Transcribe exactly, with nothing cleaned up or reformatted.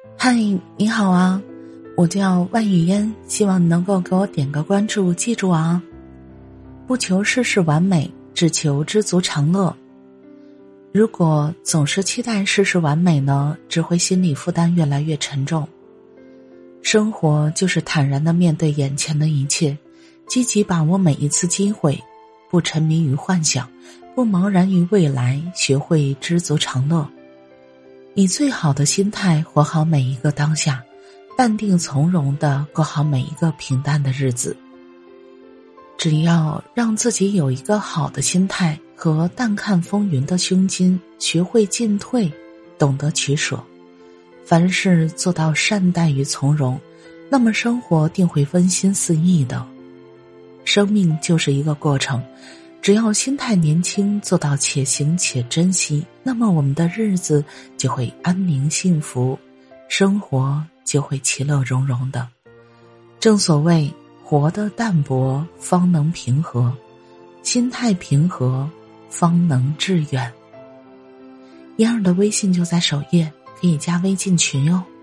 嗨，你好啊，我叫万语嫣，希望你能够给我点个关注，记住啊。不求事事完美，只求知足常乐。如果总是期待事事完美呢，只会心理负担越来越沉重。生活就是坦然地面对眼前的一切，积极把握每一次机会，不沉迷于幻想，不茫然于未来，学会知足常乐。以最好的心态活好每一个当下，淡定从容地过好每一个平淡的日子。只要让自己有一个好的心态和淡看风云的胸襟，学会进退，懂得取舍，凡事做到善待与从容，那么生活定会温馨四溢的。生命就是一个过程，只要心态年轻，做到且行且珍惜，那么我们的日子就会安宁幸福，生活就会其乐融融的。正所谓活得淡泊方能平和，心态平和方能致远。嫣儿的微信就在首页，可以加微信群哟。